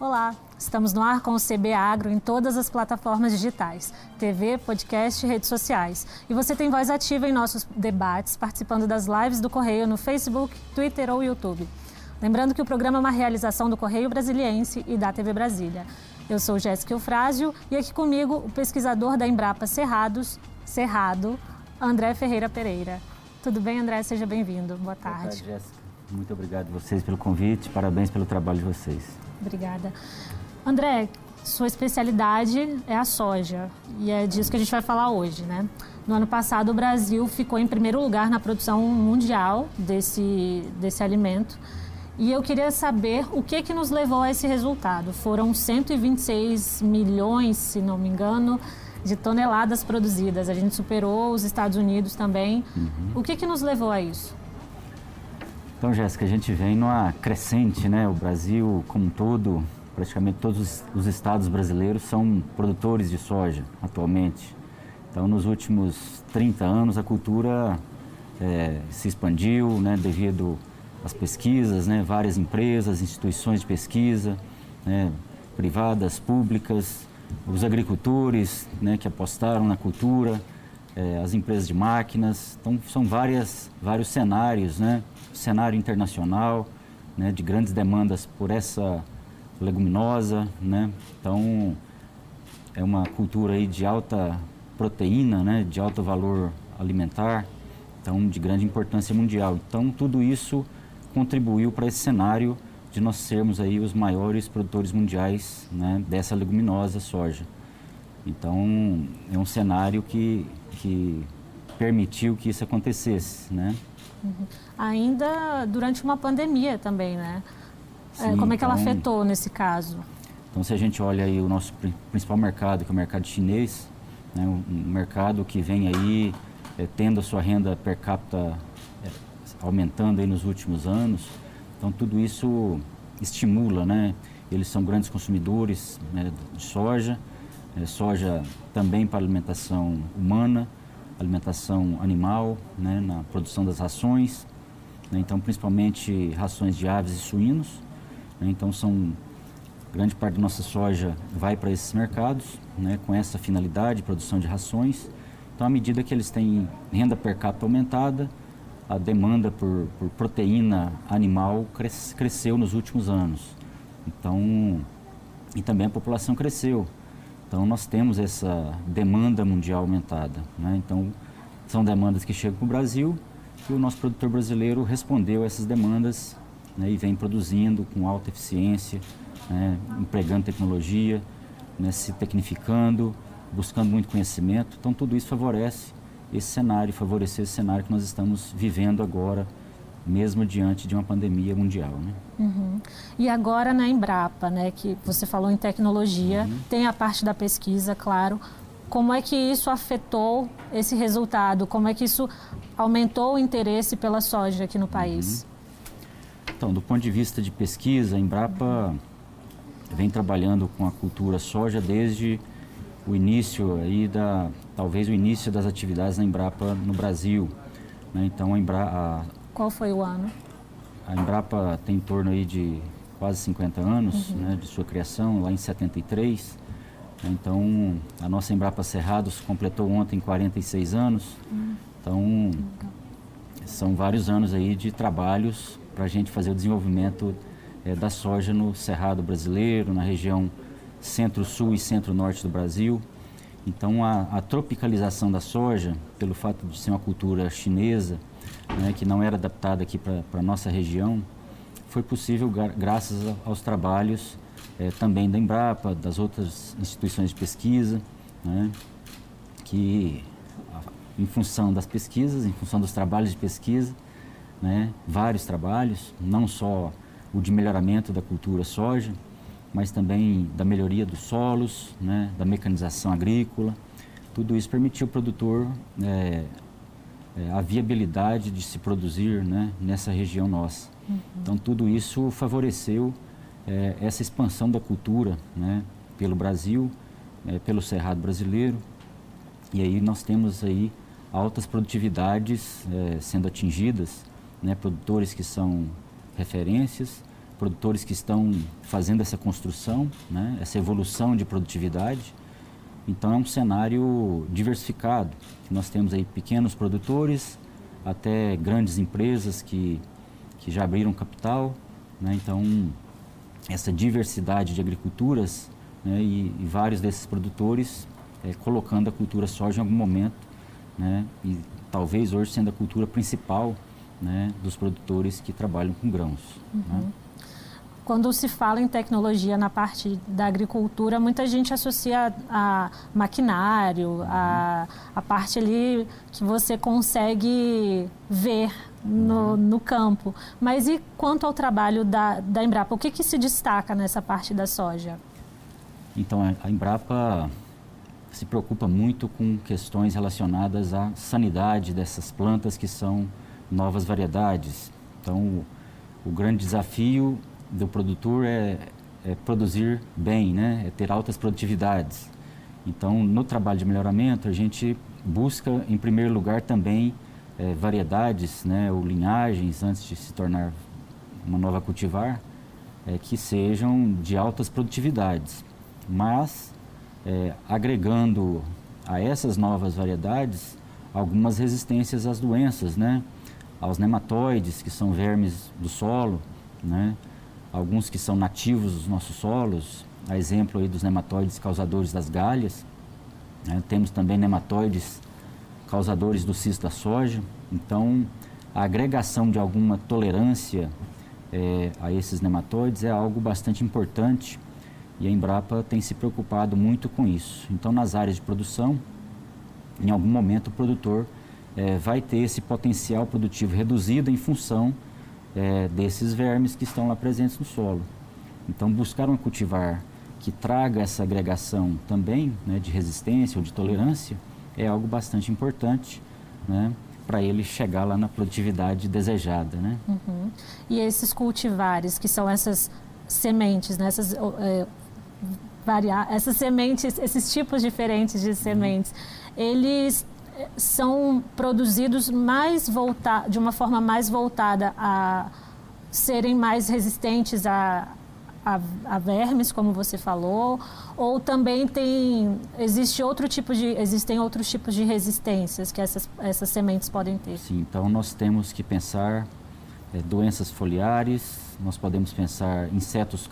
Olá, estamos no ar com o CB Agro em todas as plataformas digitais, TV, podcast e redes sociais. E você tem voz ativa em nossos debates, participando das lives do Correio no Facebook, Twitter ou YouTube. Lembrando que o programa é uma realização do Correio Brasiliense e da TV Brasília. Eu sou Jéssica Eufrásio e aqui comigo o pesquisador da Embrapa Cerrado, André Ferreira Pereira. Tudo bem, André? Seja bem-vindo. Boa tarde. Boa tarde, Jéssica. Muito obrigado a vocês pelo convite. Parabéns pelo trabalho de vocês. Obrigada. André, sua especialidade é a soja e é disso que a gente vai falar hoje, né? No ano passado, o Brasil ficou em primeiro lugar na produção mundial desse alimento. E eu queria saber o que nos levou a esse resultado. Foram 126 milhões, se não me engano, de toneladas produzidas. A gente superou os Estados Unidos também. O que nos levou a isso? Então, Jéssica, a gente vem numa crescente, né? O Brasil, como um todo, praticamente todos os estados brasileiros são produtores de soja atualmente. Então, nos últimos 30 anos, a cultura se expandiu, né? Devido às pesquisas, né? Várias empresas, instituições de pesquisa, né? Privadas, públicas, os agricultores, né? Que apostaram na cultura, as empresas de máquinas. Então, são vários cenários, né? Cenário internacional, né, de grandes demandas por essa leguminosa, né? Então é uma cultura aí de alta proteína, né, de alto valor alimentar, então de grande importância mundial. Então tudo isso contribuiu para esse cenário de nós sermos aí os maiores produtores mundiais, né, dessa leguminosa soja. Então é um cenário que permitiu que isso acontecesse, né? Ainda durante uma pandemia também, né? Sim, como é que ela afetou nesse caso? Então, se a gente olha aí o nosso principal mercado, que é o mercado chinês, né, um mercado que vem aí tendo a sua renda per capita aumentando aí nos últimos anos, então tudo isso estimula, né? Eles são grandes consumidores, né, de soja, soja também para alimentação humana, alimentação animal, né, na produção das rações, né, então principalmente rações de aves e suínos, né, então grande parte da nossa soja vai para esses mercados, né, com essa finalidade, produção de rações. Então, à medida que eles têm renda per capita aumentada, a demanda por proteína animal cresceu nos últimos anos. Então, e também a população cresceu. Então, nós temos essa demanda mundial aumentada, né? Então, são demandas que chegam para o Brasil e o nosso produtor brasileiro respondeu a essas demandas, né, e vem produzindo com alta eficiência, né, empregando tecnologia, né, se tecnificando, buscando muito conhecimento. Então, tudo isso favorece esse cenário, favorecer esse cenário que nós estamos vivendo agora, mesmo diante de uma pandemia mundial, né? E agora na Embrapa, né, que você falou em tecnologia, tem a parte da pesquisa, claro. Como é que isso ama esse resultado? Como é que isso aumentou o interesse pela soja aqui no país? Então, do ponto de vista de pesquisa, a Embrapa vem trabalhando com a cultura soja desde o início aí talvez o início das atividades na Embrapa no Brasil, né? Então, Qual foi o ano? A Embrapa tem em torno aí de quase 50 anos, né, de sua criação, lá em 73. Então, a nossa Embrapa Cerrados completou ontem 46 anos. Então, são vários anos aí de trabalhos para a gente fazer o desenvolvimento da soja no Cerrado brasileiro, na região centro-sul e centro-norte do Brasil. Então, a tropicalização da soja, pelo fato de ser uma cultura chinesa, né, que não era adaptada aqui para a nossa região, foi possível graças aos trabalhos também da Embrapa, das outras instituições de pesquisa, né, que em função das pesquisas, em função dos trabalhos de pesquisa, né, vários trabalhos, não só o de melhoramento da cultura soja, mas também da melhoria dos solos, né, da mecanização agrícola. Tudo isso permitiu ao produtor a viabilidade de se produzir, né, nessa região nossa. Então, tudo isso favoreceu essa expansão da cultura, né, pelo Brasil, pelo Cerrado brasileiro. E aí nós temos aí altas produtividades sendo atingidas, né, produtores que são referências, produtores que estão fazendo essa construção, né, essa evolução de produtividade. Então é um cenário diversificado. Nós temos aí pequenos produtores até grandes empresas que já abriram capital, né? Então essa diversidade de agriculturas, né, e vários desses produtores colocando a cultura soja em algum momento, né, e talvez hoje sendo a cultura principal, né, dos produtores que trabalham com grãos. Né? Quando se fala em tecnologia na parte da agricultura, muita gente associa a maquinário, a parte ali que você consegue ver no campo. Mas e quanto ao trabalho da Embrapa? O que se destaca nessa parte da soja? Então, a Embrapa se preocupa muito com questões relacionadas à sanidade dessas plantas que são novas variedades. Então, o grande desafio do produtor é produzir bem, né? É ter altas produtividades. Então, no trabalho de melhoramento, a gente busca, em primeiro lugar, também variedades, né? Ou linhagens, antes de se tornar uma nova cultivar, que sejam de altas produtividades. Mas, agregando a essas novas variedades algumas resistências às doenças, né? Aos nematóides, que são vermes do solo, né? Alguns que são nativos dos nossos solos, a exemplo aí dos nematóides causadores das galhas, né? Temos também nematóides causadores do cisto da soja. Então, a agregação de alguma tolerância a esses nematóides é algo bastante importante e a Embrapa tem se preocupado muito com isso. Então, nas áreas de produção, em algum momento o produtor vai ter esse potencial produtivo reduzido em função desses vermes que estão lá presentes no solo. Então, buscar uma cultivar que traga essa agregação também, né, de resistência ou de tolerância é algo bastante importante, né, para ele chegar lá na produtividade desejada, né? E esses cultivares, que são essas sementes, né, essas sementes, esses tipos diferentes de sementes, eles são produzidos de uma forma mais voltada a serem mais resistentes a vermes, como você falou, ou também existem outros tipos de resistências que essas sementes podem ter? Sim, então nós temos que pensar doenças foliares, nós podemos pensar insetos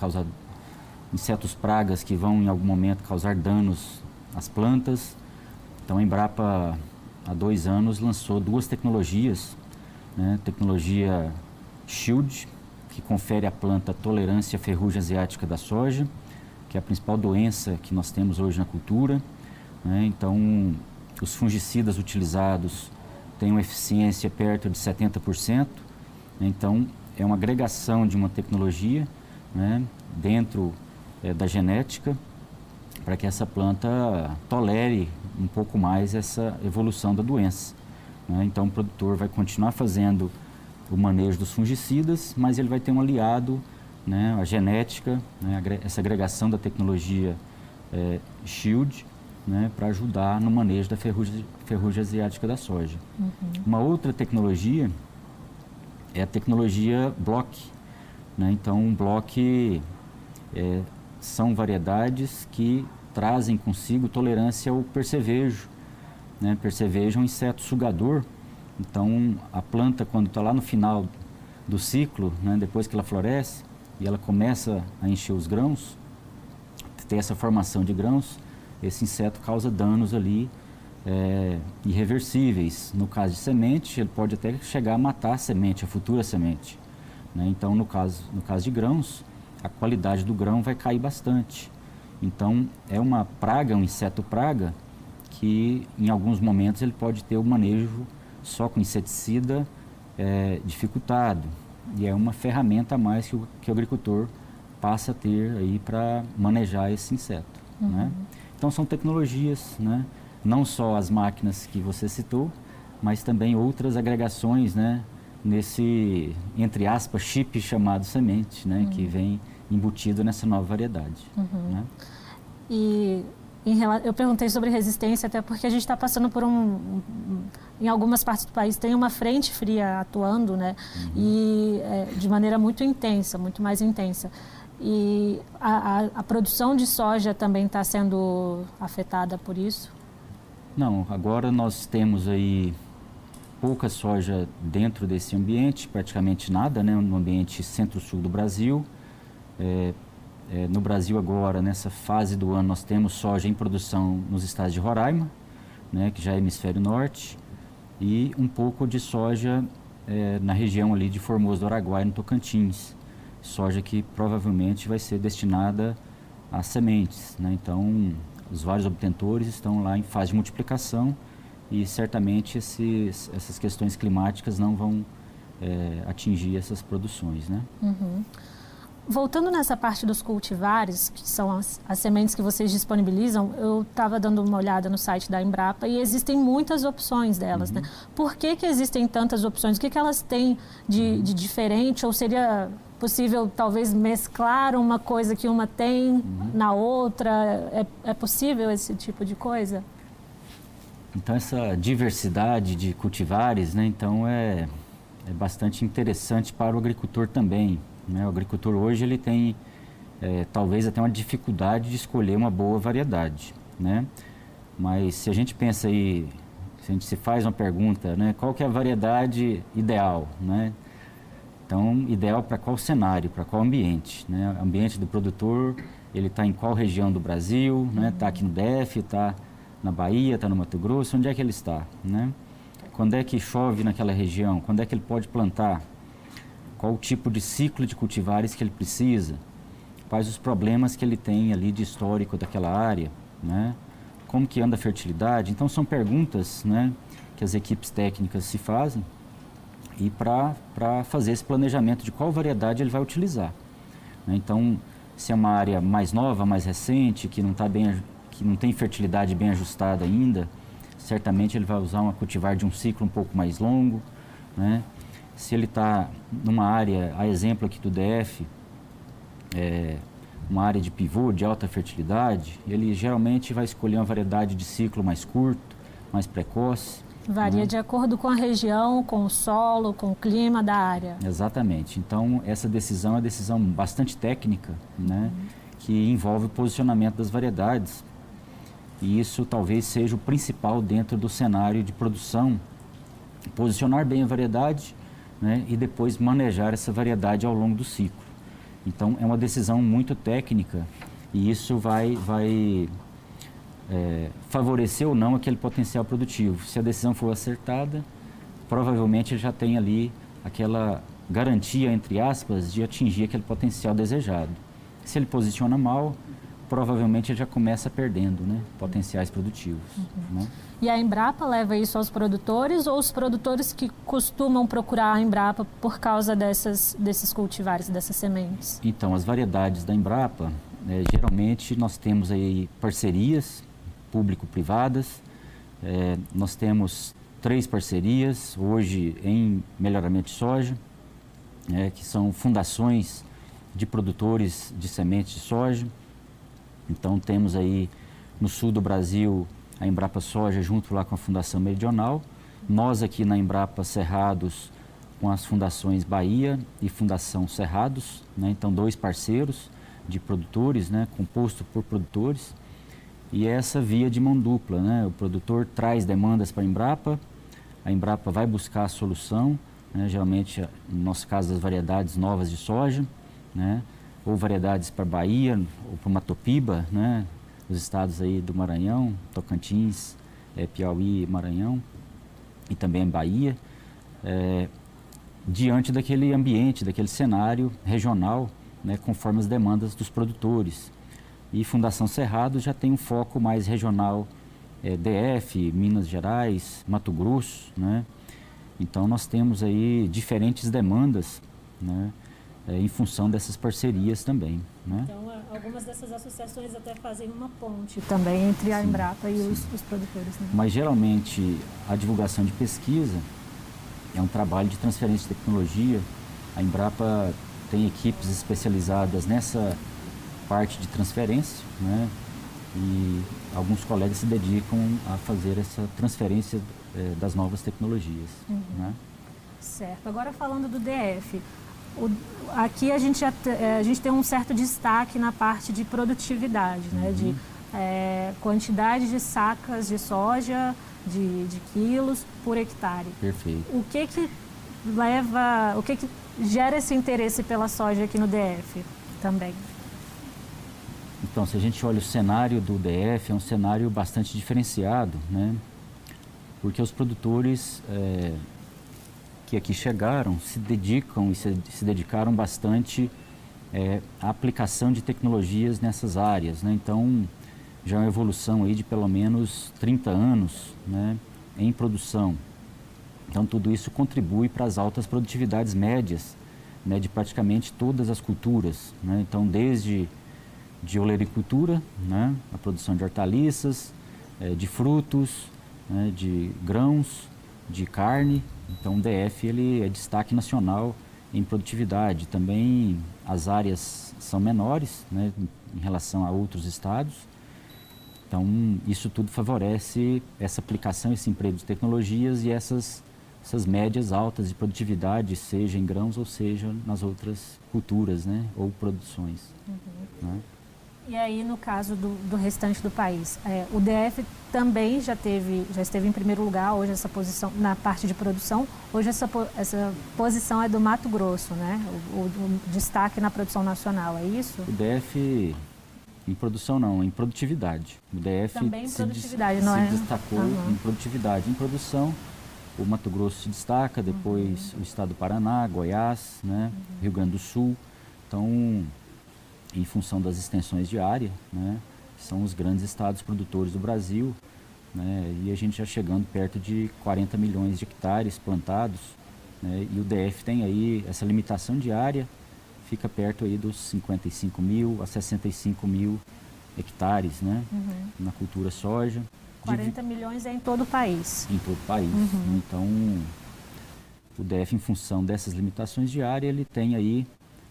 pragas que vão em algum momento causar danos às plantas. Então a Embrapa há 2 anos lançou 2 tecnologias, né? Tecnologia Shield, que confere à planta tolerância à ferrugem asiática da soja, que é a principal doença que nós temos hoje na cultura, né? Então, os fungicidas utilizados têm uma eficiência perto de 70%, né? Então, é uma agregação de uma tecnologia, né, dentro da genética, para que essa planta tolere um pouco mais essa evolução da doença, né? Então, o produtor vai continuar fazendo o manejo dos fungicidas, mas ele vai ter um aliado, né, a genética, né, essa agregação da tecnologia Shield, né, para ajudar no manejo da ferrugem asiática da soja. Uma outra tecnologia é a tecnologia Block, né? Então, Block são variedades que trazem consigo tolerância ao percevejo, né? Percevejo é um inseto sugador. Então, a planta, quando está lá no final do ciclo, né, depois que ela floresce e ela começa a encher os grãos, ter essa formação de grãos, esse inseto causa danos ali irreversíveis. No caso de semente, ele pode até chegar a matar a semente, a futura semente, né? Então, no caso de grãos, a qualidade do grão vai cair bastante. Então, é uma praga, um inseto praga, que em alguns momentos ele pode ter o manejo só com inseticida dificultado, e é uma ferramenta a mais que o agricultor passa a ter aí para manejar esse inseto, né? Então são tecnologias, né? Não só as máquinas que você citou, mas também outras agregações, né, nesse, entre aspas, chip chamado semente, né, que vem embutido nessa nova variedade, né? E Eu perguntei sobre resistência, até porque a gente está passando por em algumas partes do país tem uma frente fria atuando, né? E de maneira muito intensa, muito mais intensa. E a produção de soja também está sendo afetada por isso? Não, agora nós temos aí pouca soja dentro desse ambiente, praticamente nada, né? No ambiente centro-sul do Brasil. No Brasil agora, nessa fase do ano, nós temos soja em produção nos estados de Roraima, né? Que já é hemisfério norte, e um pouco de soja na região ali de Formoso do Araguaia, no Tocantins. Soja que provavelmente vai ser destinada a sementes, né? Então, os vários obtentores estão lá em fase de multiplicação e certamente essas questões climáticas não vão atingir essas produções, né? Voltando nessa parte dos cultivares, que são as sementes que vocês disponibilizam, eu estava dando uma olhada no site da Embrapa e existem muitas opções delas, né? Por que existem tantas opções? O que elas têm de diferente? Ou seria possível, talvez, mesclar uma coisa que uma tem na outra? É possível esse tipo de coisa? Então, essa diversidade de cultivares, né? Então, é bastante interessante para o agricultor também, né? O agricultor hoje ele tem talvez até uma dificuldade de escolher uma boa variedade, né? Mas se a gente pensa aí, se a gente se faz uma pergunta, né? Qual que é a variedade ideal, né? Então, ideal para qual cenário, para qual ambiente, né? O ambiente do produtor, ele está em qual região do Brasil, né? Está aqui no DF, está na Bahia, está no Mato Grosso, onde é que ele está, né? Quando é que chove naquela região, quando é que ele pode plantar, qual o tipo de ciclo de cultivares que ele precisa, quais os problemas que ele tem ali de histórico daquela área, né? Como que anda a fertilidade. Então, são perguntas, né, que as equipes técnicas se fazem e para fazer esse planejamento de qual variedade ele vai utilizar, né? Então, se é uma área mais nova, mais recente, que não tem fertilidade bem ajustada ainda, certamente ele vai usar uma cultivar de um ciclo um pouco mais longo, né? Se ele está numa área, a exemplo aqui do DF, uma área de pivô, de alta fertilidade, ele geralmente vai escolher uma variedade de ciclo mais curto, mais precoce. Varia de acordo com a região, com o solo, com o clima da área. Exatamente. Então, essa decisão é uma decisão bastante técnica, né? Que envolve o posicionamento das variedades. E isso talvez seja o principal dentro do cenário de produção. Posicionar bem a variedade, né? E depois manejar essa variedade ao longo do ciclo. Então, é uma decisão muito técnica e isso vai favorecer ou não aquele potencial produtivo. Se a decisão for acertada, provavelmente ele já tem ali aquela garantia, entre aspas, de atingir aquele potencial desejado. Se ele posiciona mal, provavelmente ele já começa perdendo, né, potenciais produtivos. Né? E a Embrapa leva isso aos produtores ou os produtores que costumam procurar a Embrapa por causa desses cultivares, dessas sementes? Então, as variedades da Embrapa, geralmente nós temos aí parcerias público-privadas, nós temos 3 parcerias hoje em melhoramento de soja, que são fundações de produtores de sementes de soja. Então temos aí no sul do Brasil a Embrapa Soja junto lá com a Fundação Meridional, nós aqui na Embrapa Cerrados com as fundações Bahia e Fundação Cerrados, né? Então 2 parceiros de produtores, né? Composto por produtores, e essa via de mão dupla, né? O produtor traz demandas para a Embrapa vai buscar a solução, né? Geralmente no nosso caso das variedades novas de soja, né? Ou variedades para Bahia ou para Matopiba, né? Os estados aí do Maranhão, Tocantins, Piauí e Maranhão, e também Bahia, diante daquele ambiente, daquele cenário regional, né? Conforme as demandas dos produtores. E Fundação Cerrado já tem um foco mais regional, DF, Minas Gerais, Mato Grosso, né? Então nós temos aí diferentes demandas, né? Em função dessas parcerias também, né? Então, algumas dessas associações até fazem uma ponte também entre a Embrapa e os produtores, né? Mas, geralmente, a divulgação de pesquisa é um trabalho de transferência de tecnologia. A Embrapa tem equipes especializadas nessa parte de transferência, né? e alguns colegas se dedicam a fazer essa transferência das novas tecnologias. Né? Certo. Agora falando do DF, aqui a gente tem um certo destaque na parte de produtividade, né? De quantidade de sacas de soja, de quilos por hectare. Perfeito. O que gera esse interesse pela soja aqui no DF também? Então, se a gente olha o cenário do DF, é um cenário bastante diferenciado, né? Porque os produtores que aqui chegaram se dedicam e se dedicaram bastante à aplicação de tecnologias nessas áreas, né? Então, já é uma evolução aí de pelo menos 30 anos, né, em produção. Então, tudo isso contribui para as altas produtividades médias, né, de praticamente todas as culturas, né? Então, desde de olericultura, né, a produção de hortaliças, de frutos, né, de grãos, de carne. Então, o DF ele é destaque nacional em produtividade. Também as áreas são menores, né, em relação a outros estados. Então, isso tudo favorece essa aplicação, esse emprego de tecnologias e essas médias altas de produtividade, seja em grãos ou seja nas outras culturas, né, ou produções. Né? E aí, no caso do restante do país, o DF também já esteve em primeiro lugar, hoje essa posição, na parte de produção, hoje essa posição é do Mato Grosso, né? O destaque na produção nacional, é isso? O DF, em produção não, em produtividade. O DF também se destacou em produtividade. Em produção, o Mato Grosso se destaca, depois o estado do Paraná, Goiás, né? Rio Grande do Sul. Então, em função das extensões de área, né, são os grandes estados produtores do Brasil, né, e a gente já chegando perto de 40 milhões de hectares plantados, né, e o DF tem aí essa limitação de área, fica perto aí dos 55 mil a 65 mil hectares, né, na cultura soja. 40 milhões é em todo o país. Em todo o país. Então, o DF, em função dessas limitações de área, ele tem aí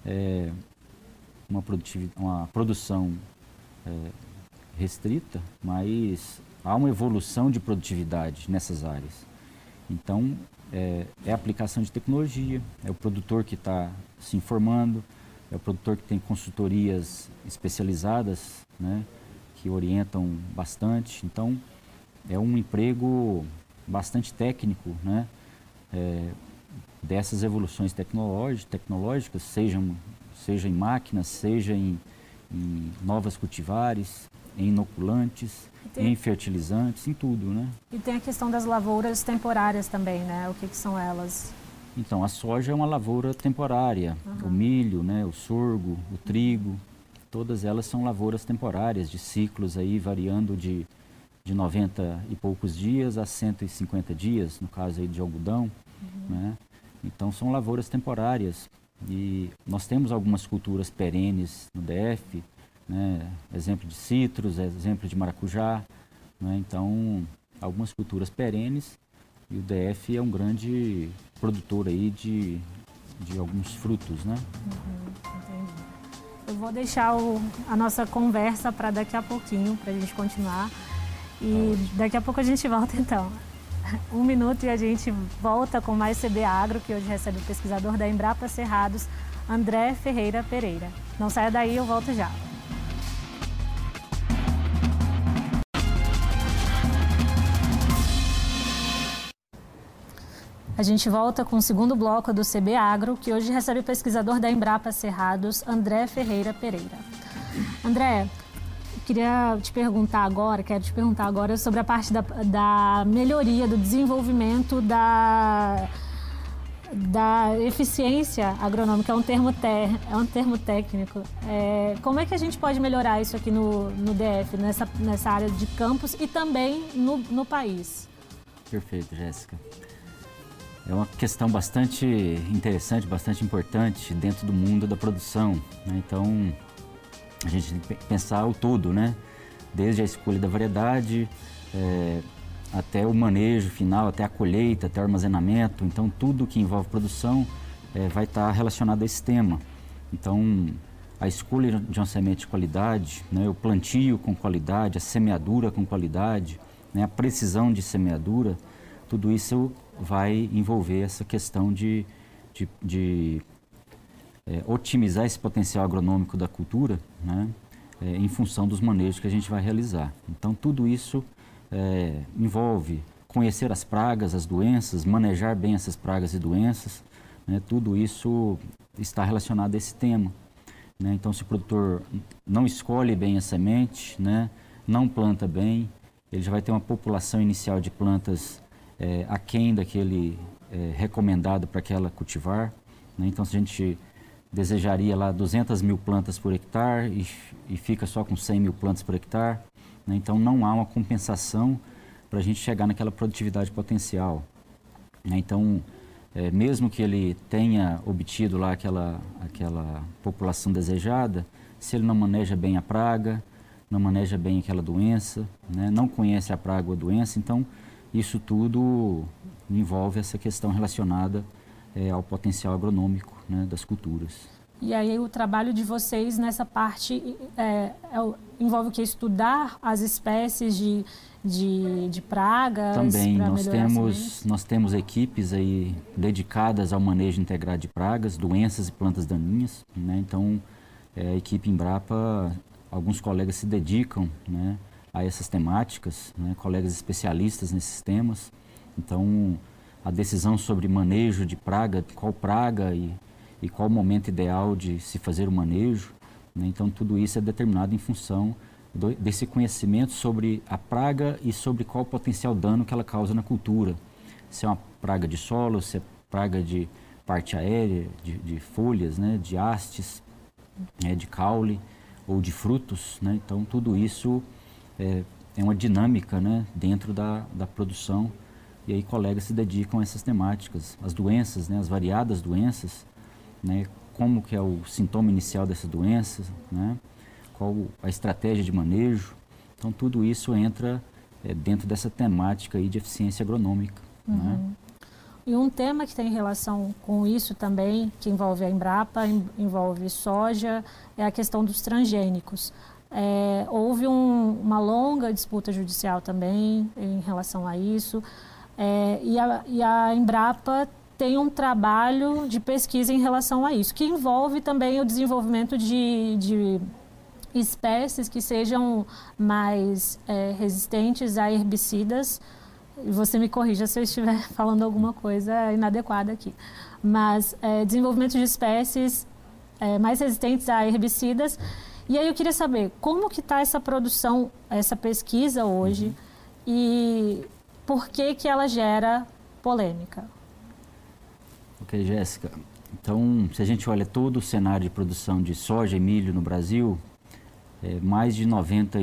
uma produção restrita, mas há uma evolução de produtividade nessas áreas. Então, é a aplicação de tecnologia, é o produtor que está se informando, é o produtor que tem consultorias especializadas, né, que orientam bastante. Então, é um emprego bastante técnico, né, dessas evoluções tecnológicas, seja em máquinas, seja em novas cultivares, em inoculantes, em fertilizantes, em tudo, né? E tem a questão das lavouras temporárias também, né? O que são elas? Então, a soja é uma lavoura temporária. O milho, né, o sorgo, o trigo, todas elas são lavouras temporárias, de ciclos aí variando de 90 e poucos dias a 150 dias, no caso aí de algodão, né? Então, são lavouras temporárias. E nós temos algumas culturas perenes no DF, né? Exemplo de citros, exemplo de maracujá, né? Então, algumas culturas perenes, e o DF é um grande produtor aí de alguns frutos, né? Entendi. Eu vou deixar a nossa conversa para daqui a pouquinho, para a gente continuar. E daqui a pouco a gente volta então. 1 minuto e a gente volta com mais CB Agro, que hoje recebe o pesquisador da Embrapa Cerrados, André Ferreira Pereira. Não saia daí, eu volto já. A gente volta com o segundo bloco do CB Agro, que hoje recebe o pesquisador da Embrapa Cerrados, André Ferreira Pereira. André, quero te perguntar agora sobre a parte da melhoria, do desenvolvimento da eficiência agronômica, é um termo técnico. Como é que a gente pode melhorar isso aqui no DF, nessa área de campos e também no país? Perfeito, Jéssica. É uma questão bastante interessante, bastante importante dentro do mundo da produção, né? Então, a gente tem que pensar o todo, né? Desde a escolha da variedade, até o manejo final, até a colheita, até o armazenamento. Então, tudo que envolve produção vai estar relacionado a esse tema. Então, a escolha de uma semente de qualidade, né, o plantio com qualidade, a semeadura com qualidade, né, a precisão de semeadura, tudo isso vai envolver essa questão de otimizar esse potencial agronômico da cultura, né, em função dos manejos que a gente vai realizar. Então, tudo isso envolve conhecer as pragas, as doenças, manejar bem essas pragas e doenças, né, tudo isso está relacionado a esse tema. Né? Então, se o produtor não escolhe bem a semente, né, não planta bem, ele já vai ter uma população inicial de plantas aquém daquele recomendado para aquela cultivar. Né? Então, se a gente desejaria lá 200 mil plantas por hectare e fica só com 100 mil plantas por hectare, né? Então não há uma compensação para a gente chegar naquela produtividade potencial. Né? Então, mesmo que ele tenha obtido lá aquela população desejada, se ele não maneja bem a praga, não maneja bem aquela doença, né? Não conhece a praga ou a doença, então isso tudo envolve essa questão relacionada ao potencial agronômico, né, das culturas. E aí o trabalho de vocês nessa parte envolve o que? Estudar as espécies de pragas? Também, nós temos equipes aí dedicadas ao manejo integrado de pragas, doenças e plantas daninhas, né? Então, a equipe Embrapa, alguns colegas se dedicam, né, a essas temáticas, né, colegas especialistas nesses temas. Então, a decisão sobre manejo de praga, qual praga e qual o momento ideal de se fazer o manejo, né? Então, tudo isso é determinado em função desse conhecimento sobre a praga e sobre qual o potencial dano que ela causa na cultura. Se é uma praga de solo, se é praga de parte aérea, de folhas, né? De hastes, de caule ou de frutos, né? Então, tudo isso é uma dinâmica, né, dentro da produção. E aí colegas se dedicam a essas temáticas, as doenças, né, as variadas doenças, né, como que é o sintoma inicial dessas doenças, né, qual a estratégia de manejo. Então, tudo isso entra dentro dessa temática aí de eficiência agronômica. Uhum. Né? E um tema que tem relação com isso também, que envolve a Embrapa, envolve soja, é a questão dos transgênicos. Houve uma longa disputa judicial também em relação a isso. E a Embrapa tem um trabalho de pesquisa em relação a isso, que envolve também o desenvolvimento de espécies que sejam mais resistentes a herbicidas. Você me corrija se eu estiver falando alguma coisa inadequada aqui. Mas desenvolvimento de espécies mais resistentes a herbicidas. E aí eu queria saber como que está essa produção, essa pesquisa hoje e por que ela gera polêmica? Ok, Jéssica. Então, se a gente olha todo o cenário de produção de soja e milho no Brasil, mais de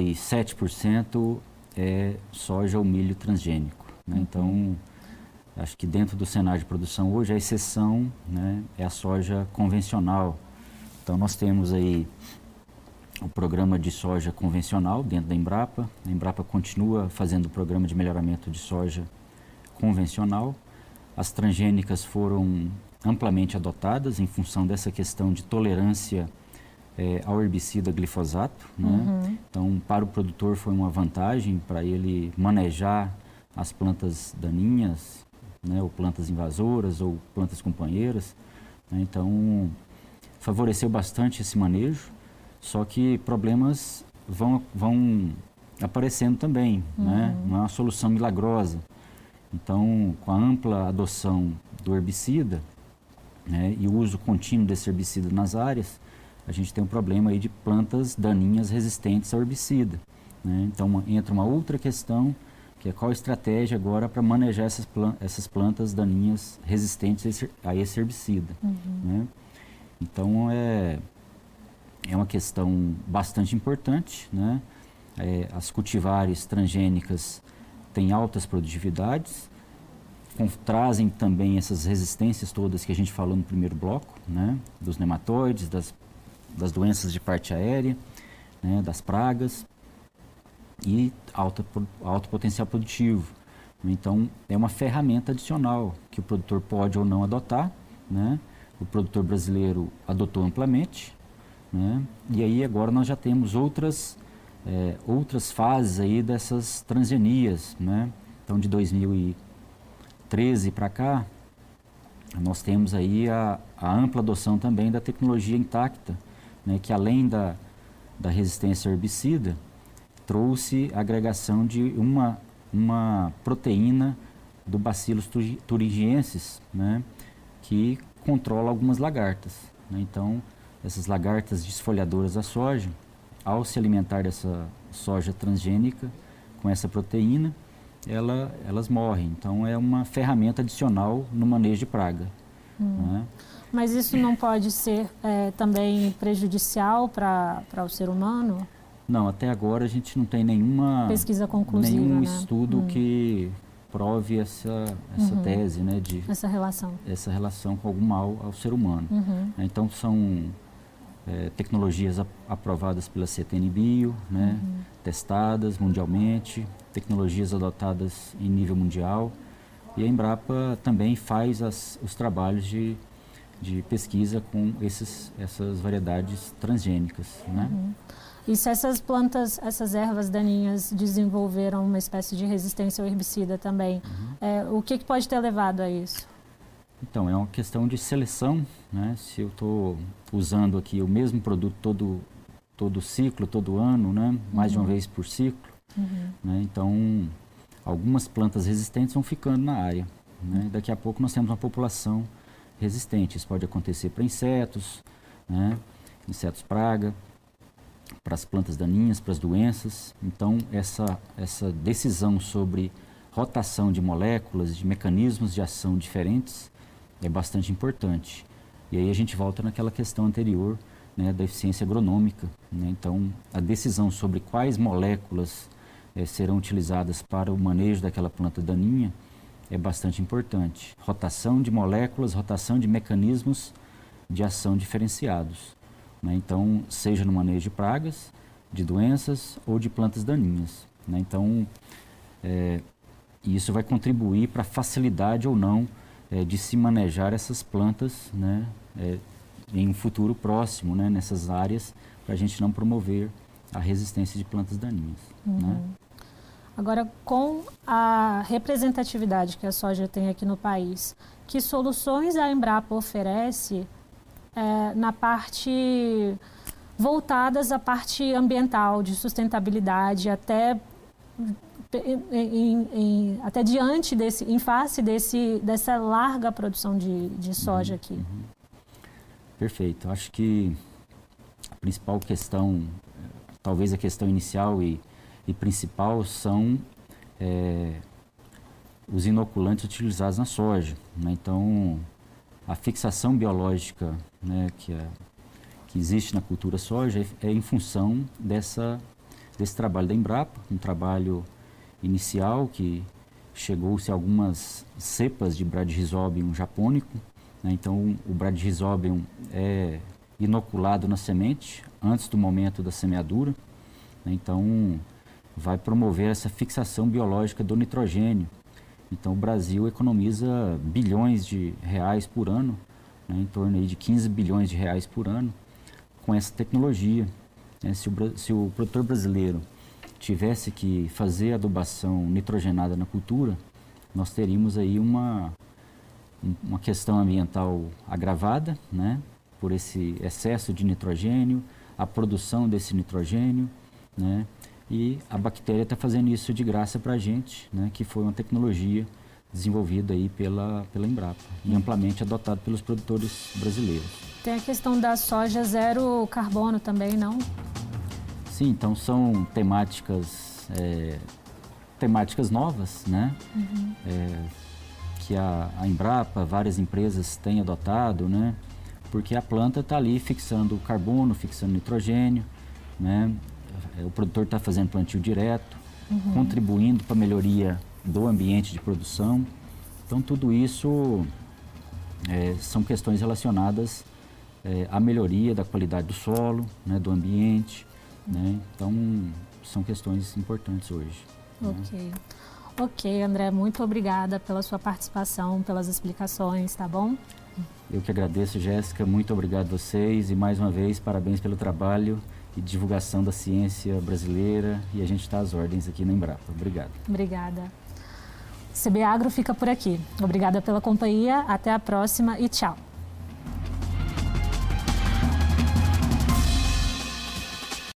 97% é soja ou milho transgênico. Né? Então, acho que dentro do cenário de produção hoje, a exceção, né, é a soja convencional. Então, nós temos aí o programa de soja convencional dentro da Embrapa. A Embrapa continua fazendo o programa de melhoramento de soja convencional. As transgênicas foram amplamente adotadas em função dessa questão de tolerância ao herbicida glifosato. Né? Então, para o produtor foi uma vantagem para ele manejar as plantas daninhas, né, ou plantas invasoras ou plantas companheiras. Né? Então, favoreceu bastante esse manejo. Só que problemas vão aparecendo também, né? Não é uma solução milagrosa. Então, com a ampla adoção do herbicida, né, e o uso contínuo desse herbicida nas áreas, a gente tem um problema aí de plantas daninhas resistentes ao herbicida. Né? Então, entra uma outra questão, que é qual a estratégia agora para manejar essas plantas daninhas resistentes a esse herbicida. Né? Então, é uma questão bastante importante, né? As cultivares transgênicas têm altas produtividades, trazem também essas resistências todas que a gente falou no primeiro bloco, né? Dos nematóides, das doenças de parte aérea, né? Das pragas e alto potencial produtivo. Então, é uma ferramenta adicional que o produtor pode ou não adotar, né? O produtor brasileiro adotou amplamente, né? E aí agora nós já temos outras fases aí dessas transgenias, né? Então de 2013 para cá, nós temos aí a ampla adoção também da tecnologia intacta, né? Que além da resistência ao herbicida, trouxe a agregação de uma proteína do Bacillus thuringiensis, né? Que controla algumas lagartas, né? Então, essas lagartas desfolhadoras da soja, ao se alimentar dessa soja transgênica com essa proteína, elas morrem. Então, é uma ferramenta adicional no manejo de praga. Né? Mas isso não pode ser também prejudicial para o ser humano? Não, até agora a gente não tem nenhuma pesquisa conclusiva, nenhum né? estudo que prove essa tese, né, de essa relação com algum mal ao ser humano. Então são tecnologias aprovadas pela CTN-Bio, né, testadas mundialmente, tecnologias adotadas em nível mundial, e a Embrapa também faz os trabalhos de pesquisa com essas variedades transgênicas, né? E se essas plantas, essas ervas daninhas desenvolveram uma espécie de resistência ao herbicida também, o que pode ter levado a isso? Então, é uma questão de seleção, né? Se eu estou usando aqui o mesmo produto todo ciclo, todo ano, né? Mais de uma vez por ciclo, né? Então, algumas plantas resistentes vão ficando na área, né? Daqui a pouco nós temos uma população resistente. Isso pode acontecer para insetos, né? Insetos praga, para as plantas daninhas, para as doenças. Então, essa decisão sobre rotação de moléculas, de mecanismos de ação diferentes, é bastante importante. E aí a gente volta naquela questão anterior, né, da eficiência agronômica, né? Então, a decisão sobre quais moléculas serão utilizadas para o manejo daquela planta daninha é bastante importante. Rotação de moléculas, rotação de mecanismos de ação diferenciados, né? Então, seja no manejo de pragas, de doenças ou de plantas daninhas, né? Então, isso vai contribuir para a facilidade ou não de se manejar essas plantas, né, em um futuro próximo, né, nessas áreas, para a gente não promover a resistência de plantas daninhas. Né? Agora, com a representatividade que a soja tem aqui no país, que soluções a Embrapa oferece na parte voltadas à parte ambiental, de sustentabilidade, até diante em face dessa larga produção de soja aqui? Perfeito. Acho que a principal questão, talvez a questão inicial e principal, são os inoculantes utilizados na soja, né? Então, a fixação biológica, né, que existe na cultura soja é em função desse trabalho da Embrapa, um trabalho inicial que chegou-se a algumas cepas de Bradyrhizobium japônico, né? Então, o Bradyrhizobium é inoculado na semente antes do momento da semeadura, né? Então, vai promover essa fixação biológica do nitrogênio. Então, o Brasil economiza bilhões de reais por ano, né? Em torno aí de 15 bilhões de reais por ano, com essa tecnologia. Se o produtor brasileiro tivesse que fazer adubação nitrogenada na cultura, nós teríamos aí uma questão ambiental agravada, né, por esse excesso de nitrogênio, a produção desse nitrogênio, né, e a bactéria está fazendo isso de graça para a gente, né, que foi uma tecnologia desenvolvida aí pela Embrapa e amplamente adotada pelos produtores brasileiros. Tem a questão da soja zero carbono também, não? Sim, então são temáticas novas, né? Que a Embrapa, várias empresas têm adotado, né? Porque a planta está ali fixando carbono, fixando nitrogênio, né? O produtor está fazendo plantio direto, contribuindo para a melhoria do ambiente de produção. Então, tudo isso são questões relacionadas à melhoria da qualidade do solo, né? Do ambiente, né? Então, são questões importantes hoje. Ok. Ok, André, muito obrigada pela sua participação, pelas explicações, tá bom? Eu que agradeço, Jéssica, muito obrigado a vocês e mais uma vez parabéns pelo trabalho e divulgação da ciência brasileira, e a gente está às ordens aqui na Embrapa. Obrigado. Obrigada. CB Agro fica por aqui. Obrigada pela companhia, até a próxima e tchau.